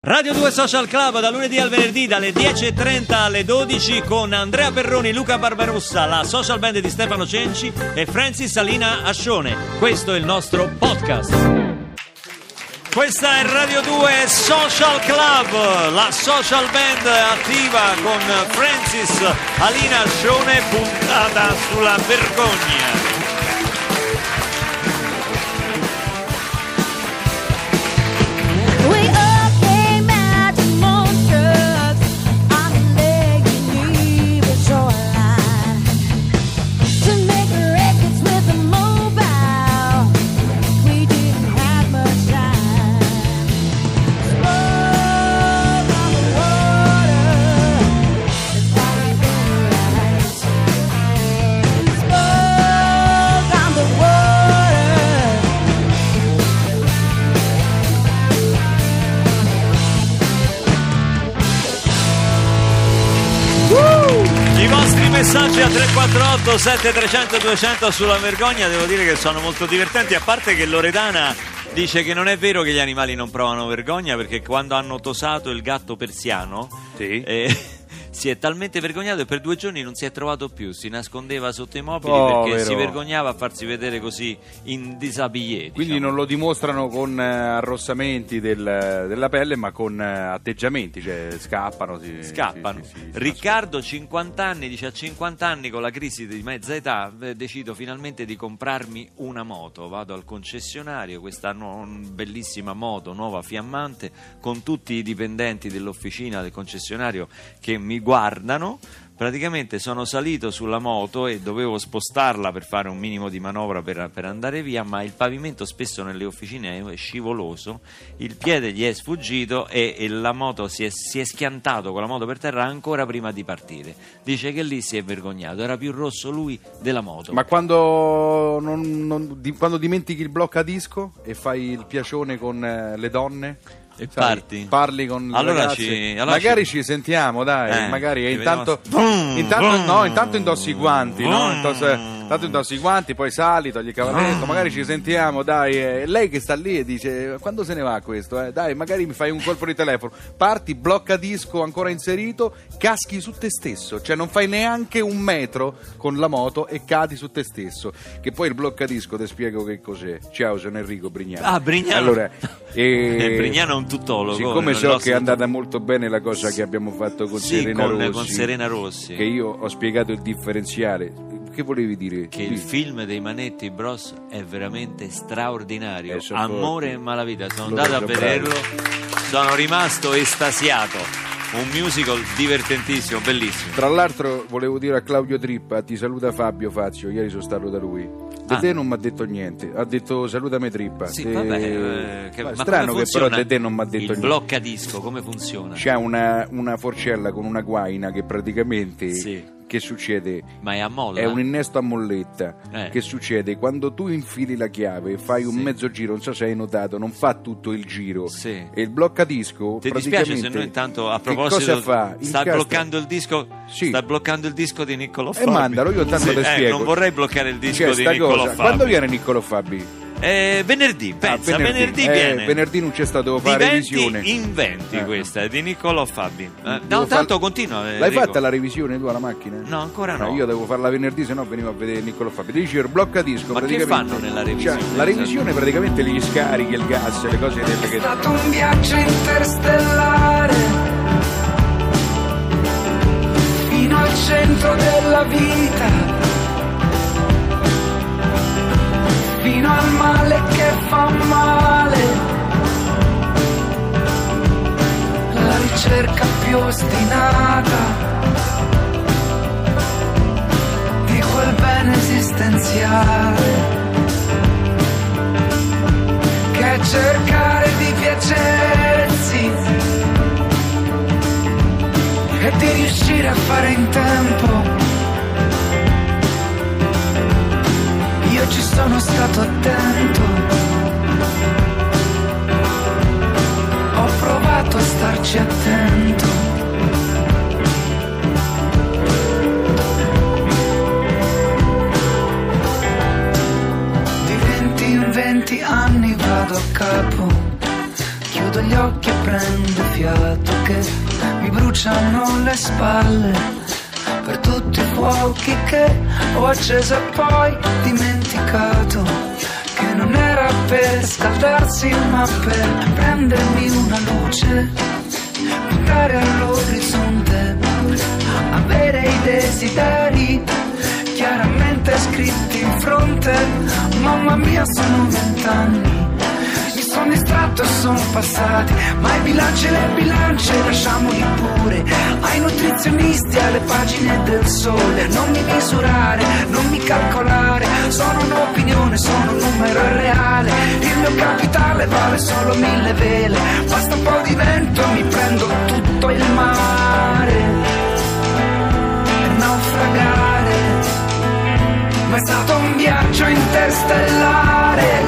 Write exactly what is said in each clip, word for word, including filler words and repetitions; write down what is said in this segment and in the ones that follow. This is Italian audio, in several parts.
Radio due Social Club da lunedì al venerdì dalle dieci e trenta alle dodici con Andrea Perroni, Luca Barbarossa, la social band di Stefano Cenci e Francis Alina Ascione. Questo è il nostro podcast. Questa è Radio due Social Club, la social band attiva con Francis Alina Ascione, puntata sulla vergogna. Messaggi a tre quattro otto sette tre zero zero due zero zero sulla vergogna, devo dire che sono molto divertenti, a parte che Loredana dice che non è vero che gli animali non provano vergogna, perché quando hanno tosato il gatto persiano sì. eh, si è talmente vergognato e per due giorni non si è trovato più, si nascondeva sotto i mobili oh, perché vero. si vergognava a farsi vedere così in disabillé. Quindi diciamo. Non lo dimostrano con uh, arrossamenti del, della pelle, ma con uh, atteggiamenti, cioè scappano. Si, Scappano. Si, si, si, si Riccardo, cinquanta anni, dice a cinquanta anni con la crisi di mezza età decido finalmente di comprarmi una moto, vado al concessionario, questa no, bellissima moto nuova fiammante con tutti i dipendenti dell'officina del concessionario che mi guardano. Praticamente sono salito sulla moto e dovevo spostarla per fare un minimo di manovra per, per andare via, ma il pavimento spesso nelle officine è scivoloso, il piede gli è sfuggito e, e la moto si è, si è schiantato con la moto per terra ancora prima di partire. Dice che lì si è vergognato, era più rosso lui della moto. Ma quando, non, non, di, quando dimentichi il bloccadisco e fai il piacione con eh, le donne? E sai, parti? Parli con allora ragazze. Ci, allora magari ci... ci sentiamo, dai, eh, magari ci intanto, vediamo... intanto, no, intanto indossi i guanti, no? Intanto, intanto indossi i guanti, poi sali, togli il cavalletto, magari ci sentiamo, dai. E lei che sta lì e dice: quando se ne va questo? Eh? Dai, magari mi fai un colpo di telefono. Parti, blocca disco ancora inserito, caschi su te stesso, cioè non fai neanche un metro con la moto e cadi su te stesso. Che poi il bloccadisco, ti spiego che cos'è. Ciao, sono Enrico Brignano. Ah, Brignano. Allora, e... Brignano è un tuttologo. Siccome so che è andata molto bene la cosa che abbiamo fatto con, sì, Serena, con, Rossi, con Serena Rossi, che io ho spiegato il differenziale, che volevi dire? Che il film dei Manetti Bros è veramente straordinario, eh, so Amore forte. e Malavita, sono Loro andato a sono vederlo, bravi. Sono rimasto estasiato, un musical divertentissimo, bellissimo. Tra l'altro volevo dire a Claudio Trippa, ti saluta Fabio Fazio, ieri sono stato da lui. De ah. te non mi ha detto niente, ha detto salutami Trippa. Sì, te... vabbè, eh, che... ma ma strano che però De te non mi ha detto il niente. Il bloccadisco come funziona? C'è una, una forcella con una guaina che praticamente... Sì. Che succede? Ma è a molla? È un innesto a molletta. Eh. Che succede? Quando tu infili la chiave, fai un sì. mezzo giro, non so se hai notato, non fa tutto il giro. Sì. E il bloccadisco. Ti praticamente, dispiace se noi intanto a proposito che cosa fa? sta Incastra... bloccando il disco? Sì. Sta bloccando il disco di Niccolò Fabi. E mandalo, io tanto sì, ti eh, spiego. Non vorrei bloccare il disco C'è di sta Niccolò cosa. Fabi. Quando viene Niccolò Fabi? Eh, venerdì, pensa, ah, venerdì, venerdì eh, viene. Venerdì non c'è stato fare Diventi revisione. Inventi eh. questa, è di Niccolò Fabi. Eh, no, tanto far... continua. Eh, L'hai Enrico. fatta la revisione tu alla macchina? No, ancora no. no. Io devo farla venerdì, se no venivo a vedere Niccolò Fabi. Dici il bloccadisco. Ma che fanno nella revisione? Cioè, la revisione praticamente gli scarichi, il gas, le cose delle che. È stato un viaggio interstellare fino al centro della vita, fino al male che fa male, la ricerca più ostinata di quel bene esistenziale che è cercare di piacersi e di riuscire a fare in tempo. Io ci sono stato attento, ho provato a starci attento. Di venti in venti anni vado a capo, chiudo gli gli occhi e prendo fiato che mi bruciano le spalle per tutti i fuochi che ho acceso e poi dimenticato che non era per scaldarsi ma per prendermi una luce, puntare all'orizzonte, avere i desideri chiaramente scritti in fronte. Mamma mia, sono vent'anni, mi sono distratto e sono passati, ma i bilanci e le bilance lasciamoli pure ai nutrizionisti, alle pagine del Sole. Non mi misurare, non mi calcolare, sono un'opinione, sono un numero irreale, il mio capitale vale solo mille vele, basta un po' di vento e mi prendo tutto il mare e naufragare. Ma è stato un viaggio interstellare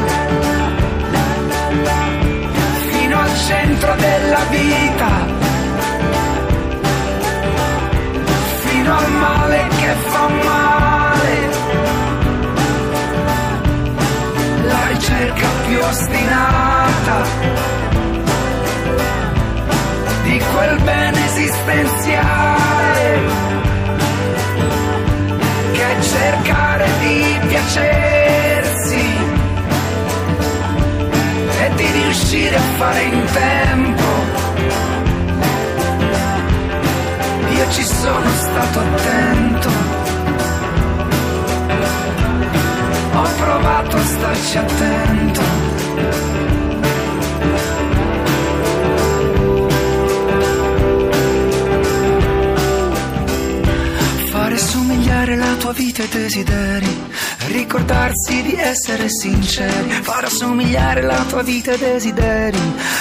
fino al centro della vita, fino al male che fa male, la ricerca più ostinata di quel bene esistenziale che è cercare di piacersi e di riuscire a fare in tempo. Io ci sono stato attento, ho provato a starci attento. Somigliare la tua vita ai desideri, ricordarsi di essere sinceri, far assomigliare la tua vita ai desideri,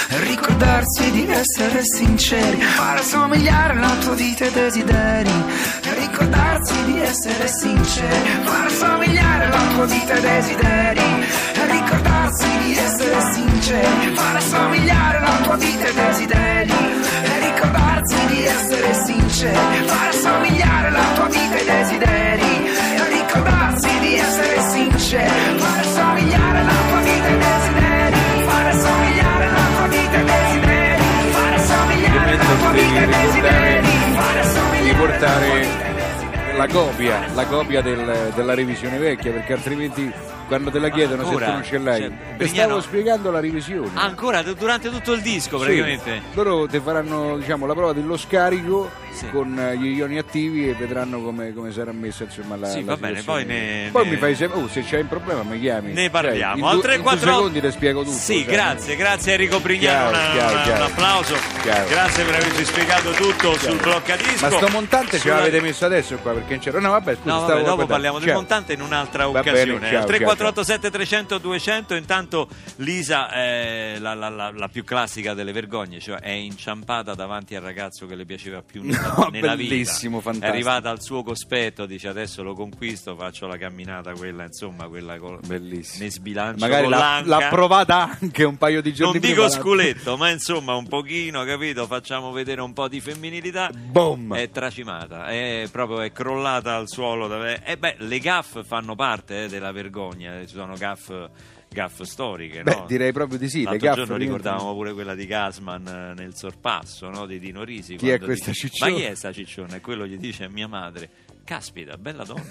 ricordarsi di essere sinceri, far assomigliare la tua vita ai desideri, ricordarsi di essere sinceri, far assomigliare la tua vita ai desideri, ricordarsi di essere sinceri, far assomigliare la tua vita ai desideri, ricordarsi di essere sinceri, far assomigliare la tua vita ai desideri, ricordarsi di essere sinceri, far assomigliare la tua vita ai desideri, far assomigliare la tua vita ai desideri, far assomigliare la tua vita ai desideri, far assomigliare di portare la copia, la copia del, della revisione vecchia, perché altrimenti quando te la chiedono ancora, se tu non ce l'hai, cioè, ti Brignano... stavo spiegando la revisione ancora d- durante tutto il disco praticamente. Sì, loro ti faranno, diciamo, la prova dello scarico, sì, con gli ioni attivi e vedranno come, come sarà messa, insomma, la, sì, la va bene, poi ne, poi ne... mi fai sempre, oh, se c'hai un problema mi chiami, ne parliamo. Cioè, in, Al tre quattro in due secondi ti spiego tutto. Sì, cioè. grazie, grazie Enrico Brignano, Chiaro, una, chiaro, una, chiaro. un applauso. Chiaro. Grazie per averci spiegato tutto sul blocca disco. Ma sto montante ce Sulla... l'avete messo adesso qua, perché non c'era. No, vabbè, scusa, No, vabbè, stavo dopo guardando. parliamo del Ciao. montante in un'altra Va occasione. bene, ciao, tre quattro otto ciao, sette trecento duecento. Intanto Lisa è la, la, la, la più classica delle vergogne, cioè è inciampata davanti al ragazzo che le piaceva più nella, No, nella bellissimo, vita. fantastico. È arrivata al suo cospetto, dice adesso lo conquisto, faccio la camminata quella, insomma, quella col... Bellissimo. ne sbilancio Magari con l'ha, l'anca. l'ha provata anche un paio di giorni Non prima. dico la- sculetto, ma insomma un pochino, capito? Facciamo vedere un po' di femminilità. Boom. È tracimata, è proprio è crollata al suolo. E eh beh, le gaffe fanno parte eh, della vergogna, ci sono gaffe, gaffe storiche, Beh, no? direi proprio di sì. Le L'altro gaffe giorno diventano- ricordavamo pure quella di Gasman eh, nel sorpasso, no? Di Dino Risi. Chi è quando questa dice, cicciona? Ma chi è sta cicciona? E quello gli dice a mia madre: caspita, bella donna.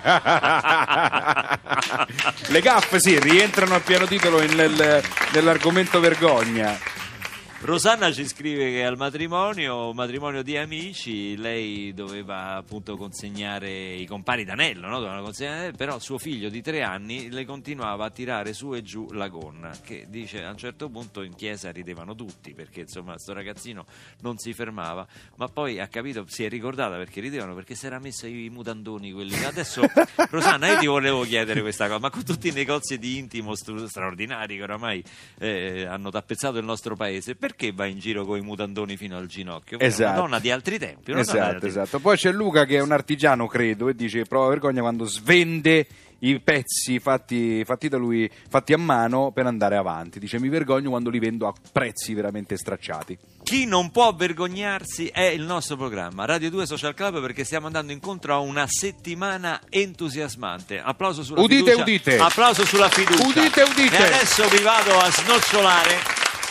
Le gaffe, sì, rientrano a pieno titolo in- nel- nell'argomento vergogna. Rosanna ci scrive che al matrimonio, matrimonio di amici, lei doveva appunto consegnare i compari d'anello, no? Dovevano consegnare, però suo figlio di tre anni le continuava a tirare su e giù la gonna, che dice a un certo punto in chiesa ridevano tutti, perché insomma sto ragazzino non si fermava, ma poi ha capito, si è ricordata perché ridevano, perché si era messo i mutandoni quelli. Adesso Rosanna, io ti volevo chiedere questa cosa, ma con tutti i negozi di intimo stu- straordinari che oramai eh, hanno tappezzato il nostro paese, perché va in giro con i mutandoni fino al ginocchio? Quindi Esatto. Una donna di altri tempi. Una donna di Esatto, altri esatto. Poi c'è Luca che è un artigiano, credo, e dice prova vergogna quando svende i pezzi fatti, fatti da lui, fatti a mano per andare avanti. Dice mi vergogno quando li vendo a prezzi veramente stracciati. Chi non può vergognarsi è il nostro programma Radio due Social Club, perché stiamo andando incontro a una settimana entusiasmante. Applauso sulla Udite, fiducia. udite. Applauso sulla fiducia. Udite, udite. E adesso vi vado a snocciolare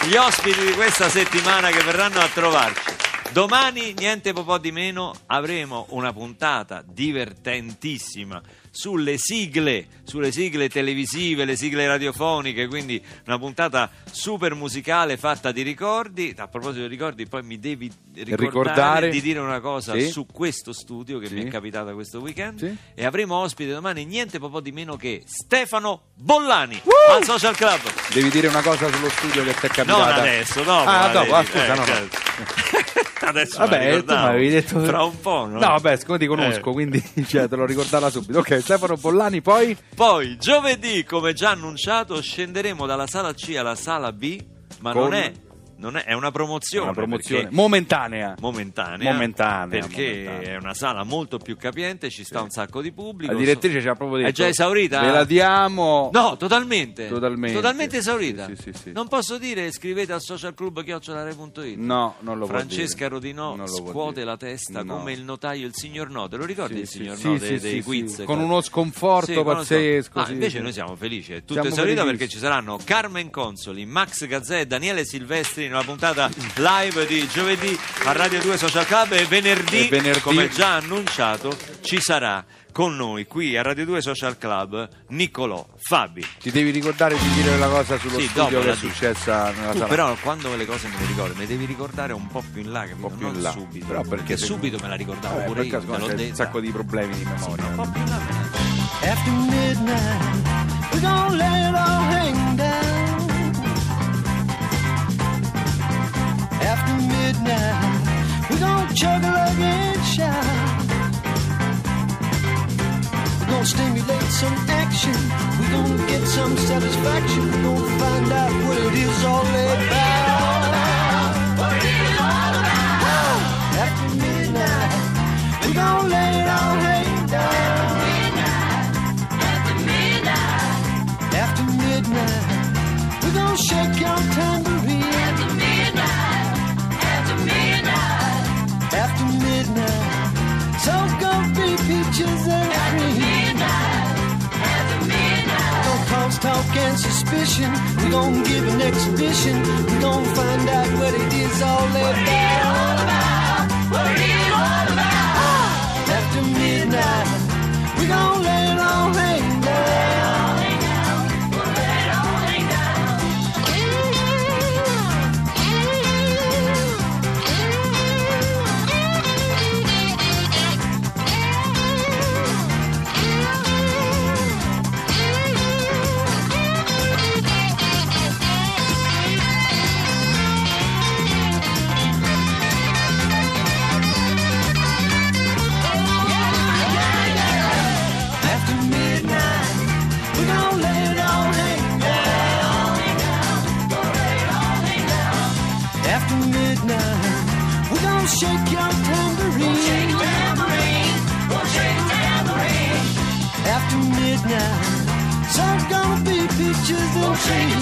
gli ospiti di questa settimana che verranno a trovarci. Domani, niente po' di meno, avremo una puntata divertentissima sulle sigle, sulle sigle televisive, le sigle radiofoniche, quindi una puntata super musicale fatta di ricordi. A proposito di ricordi, poi mi devi ricordare, ricordare di dire una cosa sì. su questo studio che sì. mi è capitata questo weekend, sì. e avremo ospite domani niente po' di meno che Stefano Bollani uh! al Social Club. Devi dire una cosa sullo studio che ti è capitata. Non adesso, dopo. Ah, la dopo, ah, vedi. scusa, eh, no, no. certo. Adesso Vabbè, me la tu mi ricordavo. avevi detto Fra un po', no? No, vabbè, siccome ti conosco, Eh. quindi cioè, te l'ho ricordata subito. Ok, Stefano Bollani, poi Poi giovedì, come già annunciato, scenderemo dalla sala C alla sala B, ma Con- non è non è, è una promozione, una promozione perché- momentanea. momentanea, Momentanea, perché momentanea. è una sala molto più capiente, ci sta un sacco di pubblico. La direttrice ci ha proprio detto: È già esaurita? Ve la diamo. No, totalmente. Totalmente. Totalmente esaurita. Sì, sì, sì, sì. Non posso dire scrivete al socialclub chiocciola rai punto it. No, non lo può Francesca dire. Rodinò Non lo può scuote dire. la testa No. come il notaio, il signor No. Te lo ricordi Sì, il sì, signor sì, No sì, dei, sì, dei sì, quiz? con uno sconforto Sì, con uno pazzesco. sconforto. Ah, sì, invece sì. noi siamo felici, è tutto Siamo esaurito felicissimi. perché ci saranno Carmen Consoli, Max Gazzè e Daniele Silvestri in una puntata live di giovedì a Radio due Social Club, e venerdì, E venerdì- come già annunciato, ci sarà con noi qui a Radio due Social Club Niccolò Fabi. Ti devi ricordare di dire la cosa sullo Sì, studio dopo che la è dico. successa nella Tu sala. però quando le cose me le ricordi, me le devi ricordare un po' più in là, capito? Un po' più non in là. subito. Però perché se- subito me la ricordavo Vabbè, pure perché io, te l'ho c'è un detto. sacco di problemi di memoria. Un po' più in là me la- After midnight, we're gonna let it all hang down. After midnight, we're gonna chug a lug and shout. We're gonna stimulate some action. We're gonna get some satisfaction. We're gonna find out what it is all about. What it is all about. After midnight, we're gonna let it all hang down. After midnight, we're gonna shake your tambourine. After midnight, after midnight, after midnight, so gonna be peaches and cream. After midnight, after midnight, gonna cause talk and suspicion. We're gonna give an exhibition. We're gonna find out what it is all about. What it is all about. After midnight, we're gonna let it all hang down. After midnight, we're gonna let it all hang down. After midnight, we're gonna shake your tambourine. After midnight, so gonna be peaches and cream.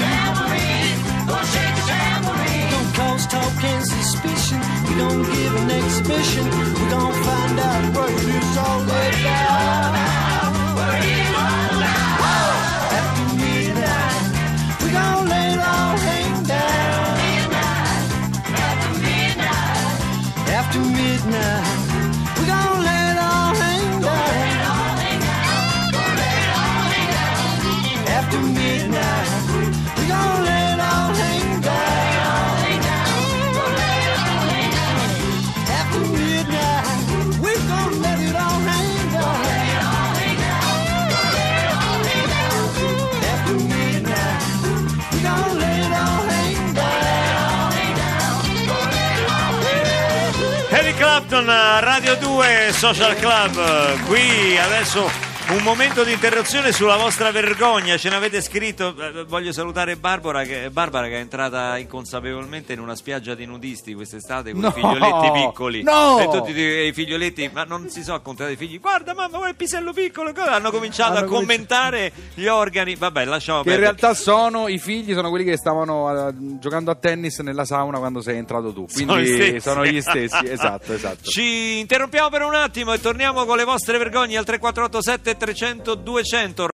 Gonna cause talk and suspicion. We're gonna give an exhibition. We're gonna find out what it is all about. After midnight, we're gonna let it all hang down. After midnight, we're gonna let it all hang down. After midnight, we're gonna let it all hang down. After midnight, we're gonna let it all hang down. After midnight, we're gonna let it all hang down. Eric Clapton, Radio due Social Club. Qui adesso un momento di interruzione sulla vostra vergogna. Ce n'avete scritto. eh, Voglio salutare Barbara che, Barbara che è entrata inconsapevolmente in una spiaggia di nudisti quest'estate con No! i figlioletti piccoli. No! E tutti i figlioletti, ma non si sono accontentati i figli. Guarda mamma, quel pisello piccolo. cosa?" Hanno cominciato Hanno a commentare gli organi. Vabbè, lasciamo Che in perdere. realtà sono i figli, sono quelli che stavano eh, giocando a tennis nella sauna quando sei entrato tu. Sono Quindi gli stessi. sono gli stessi, esatto, esatto. Ci interrompiamo per un attimo e torniamo con le vostre vergogne al tre quattro otto sette tre zero zero due zero zero.